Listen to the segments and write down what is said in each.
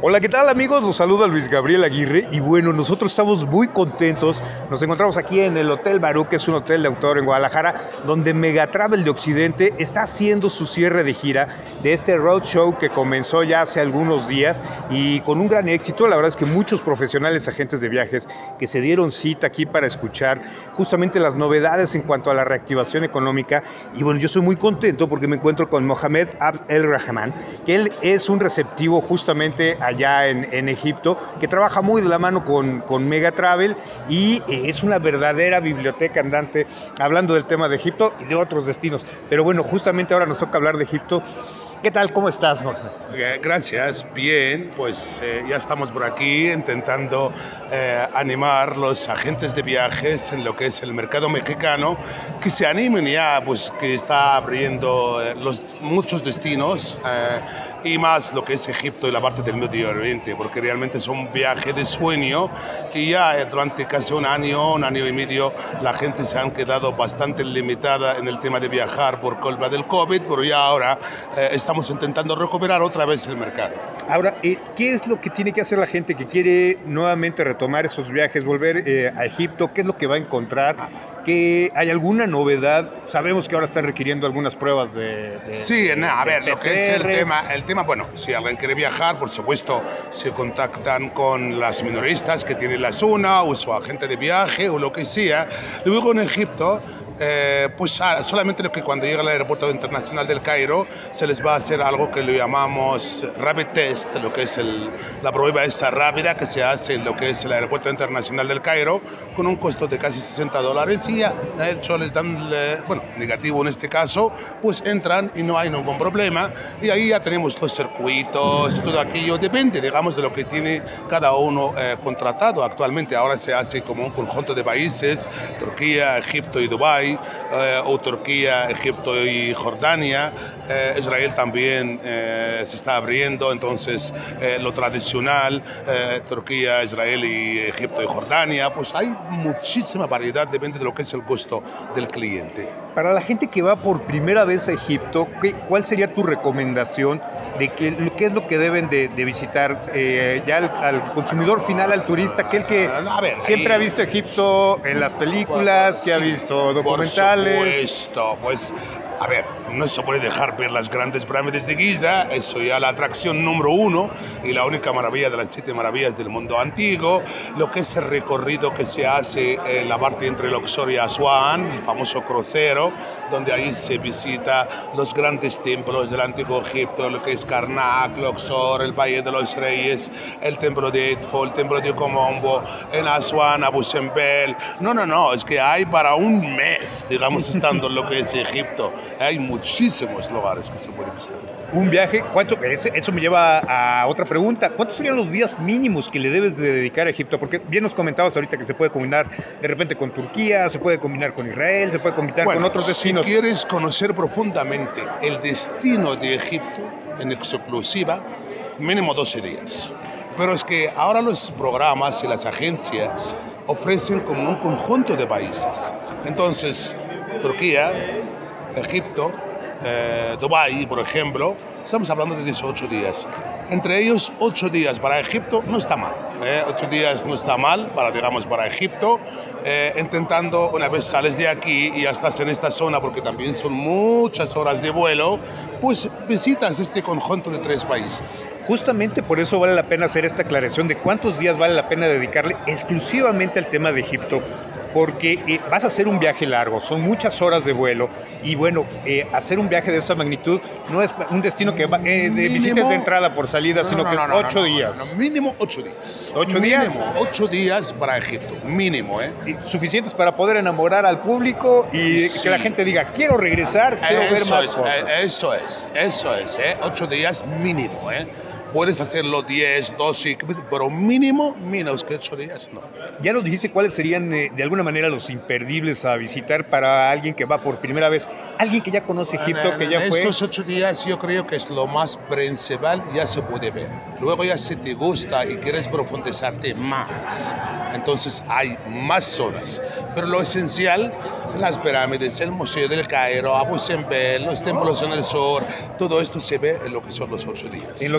Hola, ¿qué tal amigos? Los saluda Luis Gabriel Aguirre y bueno, nosotros estamos muy contentos. Nos encontramos aquí en el Hotel Barú, que es un hotel de autor en Guadalajara, donde Megatravel de Occidente está haciendo su cierre de gira de este roadshow que comenzó ya hace algunos días y con un gran éxito. La verdad es que muchos profesionales agentes de viajes que se dieron cita aquí para escuchar justamente las novedades en cuanto a la reactivación económica. Y bueno, yo soy muy contento porque me encuentro con Mohamed Abd El-Rahman, que él es un receptivo justamente allá en Egipto, que trabaja muy de la mano con Megatravel y es una verdadera biblioteca andante hablando del tema de Egipto y de otros destinos. Pero bueno, justamente ahora nos toca hablar de Egipto. ¿Qué tal? ¿Cómo estás, Mohamed? Gracias, bien, pues ya estamos por aquí intentando animar los agentes de viajes en lo que es el mercado mexicano, que se animen ya, pues que está abriendo muchos destinos y más lo que es Egipto y la parte del Medio Oriente, porque realmente es un viaje de sueño y ya durante casi un año y medio, la gente se han quedado bastante limitada en el tema de viajar por culpa del COVID, pero ya ahora estamos intentando recuperar otra vez el mercado. Ahora, ¿qué es lo que tiene que hacer la gente que quiere nuevamente retomar esos viajes, volver a Egipto? ¿Qué es lo que va a encontrar? ¿Hay alguna novedad? Sabemos que ahora están requiriendo algunas pruebas Sí, a ver, lo que es el tema, bueno, si alguien quiere viajar, por supuesto, se contactan con las minoristas que tienen la zona o su agente de viaje o lo que sea. Luego en Egipto, pues solamente lo que cuando llega al aeropuerto internacional del Cairo se les va a hacer algo que lo llamamos rapid test, lo que es la prueba esa rápida que se hace en lo que es el aeropuerto internacional del Cairo con un costo de casi $60 y ya, de hecho les dan, bueno, negativo en este caso, pues entran y no hay ningún problema y ahí ya tenemos los circuitos, todo aquello, depende, digamos, de lo que tiene cada uno contratado actualmente. Ahora se hace como un conjunto de países, Turquía, Egipto y Dubái, o Turquía, Egipto y Jordania. Israel también se está abriendo, entonces lo tradicional, Turquía, Israel y Egipto y Jordania, pues hay muchísima variedad, depende de lo que es el gusto del cliente. Para la gente que va por primera vez a Egipto, ¿cuál sería tu recomendación de qué es lo que deben de visitar ya al consumidor final, al turista, aquel que siempre ha visto Egipto en las películas, que ha visto documentales? Por supuesto, pues a ver, no se puede dejar ver las grandes pirámides de Giza, eso ya la atracción número uno y la única maravilla de las 7 maravillas del mundo antiguo, lo que es el recorrido que se hace en la parte entre Luxor y Asuán, el famoso crucero, donde ahí se visita los grandes templos del antiguo Egipto, lo que es Karnak, Luxor, el Valle de los Reyes, el templo de Edfu, el templo de Komombo, en Asuán, Abu Simbel. No, es que hay para un mes, digamos, estando en lo que es Egipto. Hay muchísimos lugares que se pueden visitar. Un viaje, eso me lleva a otra pregunta. ¿Cuántos serían los días mínimos que le debes de dedicar a Egipto? Porque bien nos comentabas ahorita que se puede combinar de repente con Turquía, se puede combinar con Israel, se puede combinar con otros destinos. Si quieres conocer profundamente el destino de Egipto en exclusiva, mínimo 12 días. Pero es que ahora los programas y las agencias ofrecen como un conjunto de países. Entonces, Turquía, Egipto, Dubái, por ejemplo, estamos hablando de 18 días. Entre ellos, 8 días para Egipto no está mal. 8 días no está mal para Egipto. Intentando, una vez sales de aquí y ya estás en esta zona, porque también son muchas horas de vuelo, pues visitas este conjunto de 3 países. Justamente por eso vale la pena hacer esta aclaración de cuántos días vale la pena dedicarle exclusivamente al tema de Egipto. Porque vas a hacer un viaje largo, son muchas horas de vuelo y bueno, hacer un viaje de esa magnitud no es un destino que visites de entrada por salida, sino que 8 días. Mínimo 8 días. ¿8 días? Mínimo 8 días para Egipto, mínimo. Y suficientes para poder enamorar al público y que la gente diga, quiero regresar, quiero ver más cosas. Eso es, 8 días mínimo. Puedes hacerlo 10, 12, pero mínimo, menos que 8 días, no. Ya nos dijiste cuáles serían de alguna manera los imperdibles a visitar para alguien que va por primera vez, alguien que ya conoce Egipto, que ya fue. Estos 8 días yo creo que es lo más principal, ya se puede ver. Luego ya si te gusta y quieres profundizarte más, entonces hay más zonas. Pero lo esencial, las pirámides, el Museo del Cairo, Abu Simbel, los templos en el sur, todo esto se ve en lo que son los 8 días. En los 8 días.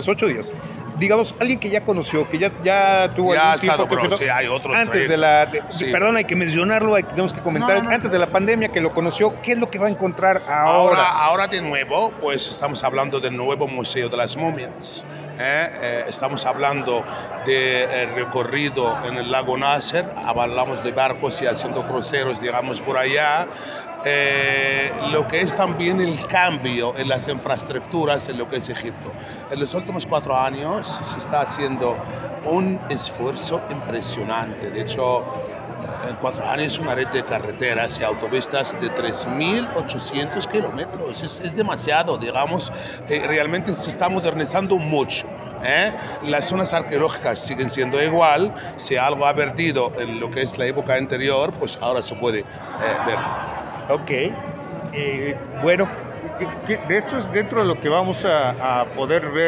viajes. Digamos, alguien que ya conoció, que ya tuvo Ya algún tiempo, pero sí, hay otros antes trayectos. Sí. perdón, hay que mencionarlo, tenemos que comentar, antes de la pandemia que lo conoció, ¿qué es lo que va a encontrar ahora? Ahora de nuevo, pues estamos hablando del nuevo Museo de las Momias. Estamos hablando de recorrido en el lago Nasser, hablamos de barcos y haciendo cruceros, digamos, por allá. Lo que es también el cambio en las infraestructuras en lo que es Egipto. En los últimos 4 años se está haciendo un esfuerzo impresionante. De hecho, en 4 años una red de carreteras y autopistas de 3.800 kilómetros. Es demasiado, digamos. Realmente se está modernizando mucho. Las zonas arqueológicas siguen siendo igual. Si algo ha perdido en lo que es la época anterior, pues ahora se puede ver. Ok, bueno, de esto es dentro de lo que vamos a poder ver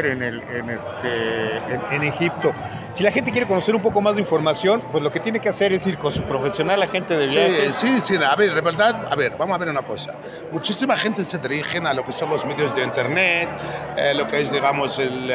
en Egipto. Si la gente quiere conocer un poco más de información, pues lo que tiene que hacer es ir con su profesional agente de viajes. Sí, a ver, de verdad, vamos a ver una cosa. Muchísima gente se dirige a lo que son los medios de internet, lo que es, digamos, el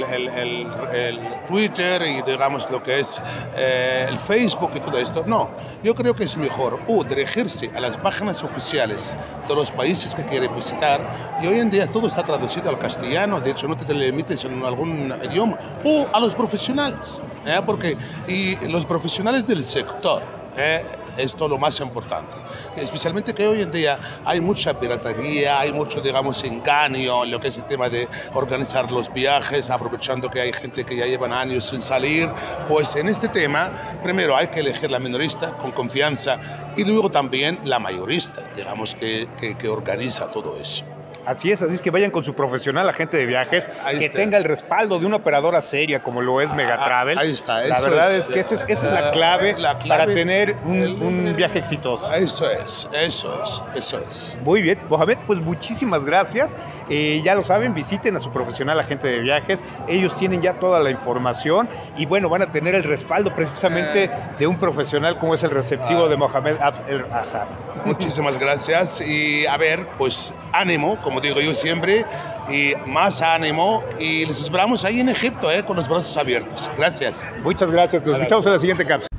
Twitter y, digamos, lo que es el Facebook y todo esto. No, yo creo que es mejor dirigirse a las páginas oficiales de los países que quiere visitar, y hoy en día todo está traducido al castellano, de hecho no te limites en algún idioma, o a los profesionales. Porque los profesionales del sector, esto es lo más importante, especialmente que hoy en día hay mucha piratería, hay mucho, digamos, engaño en lo que es el tema de organizar los viajes, aprovechando que hay gente que ya llevan años sin salir. Pues en este tema, primero hay que elegir la minorista con confianza y luego también la mayorista, digamos, que organiza todo eso. Así es que vayan con su profesional agente de viajes, que tenga el respaldo de una operadora seria como lo es Megatravel. Ahí está. La verdad es que esa es la clave para tener un viaje exitoso. Eso es. Muy bien, Mohamed, pues muchísimas gracias. Ya lo saben, visiten a su profesional agente de viajes. Ellos tienen ya toda la información y bueno, van a tener el respaldo precisamente de un profesional como es el receptivo de Mohamed Abd El-Ahad. Muchísimas gracias y a ver, pues ánimo, como digo yo siempre, y más ánimo, y les esperamos ahí en Egipto, con los brazos abiertos. Gracias. Muchas gracias, nos escuchamos en la siguiente cápsula.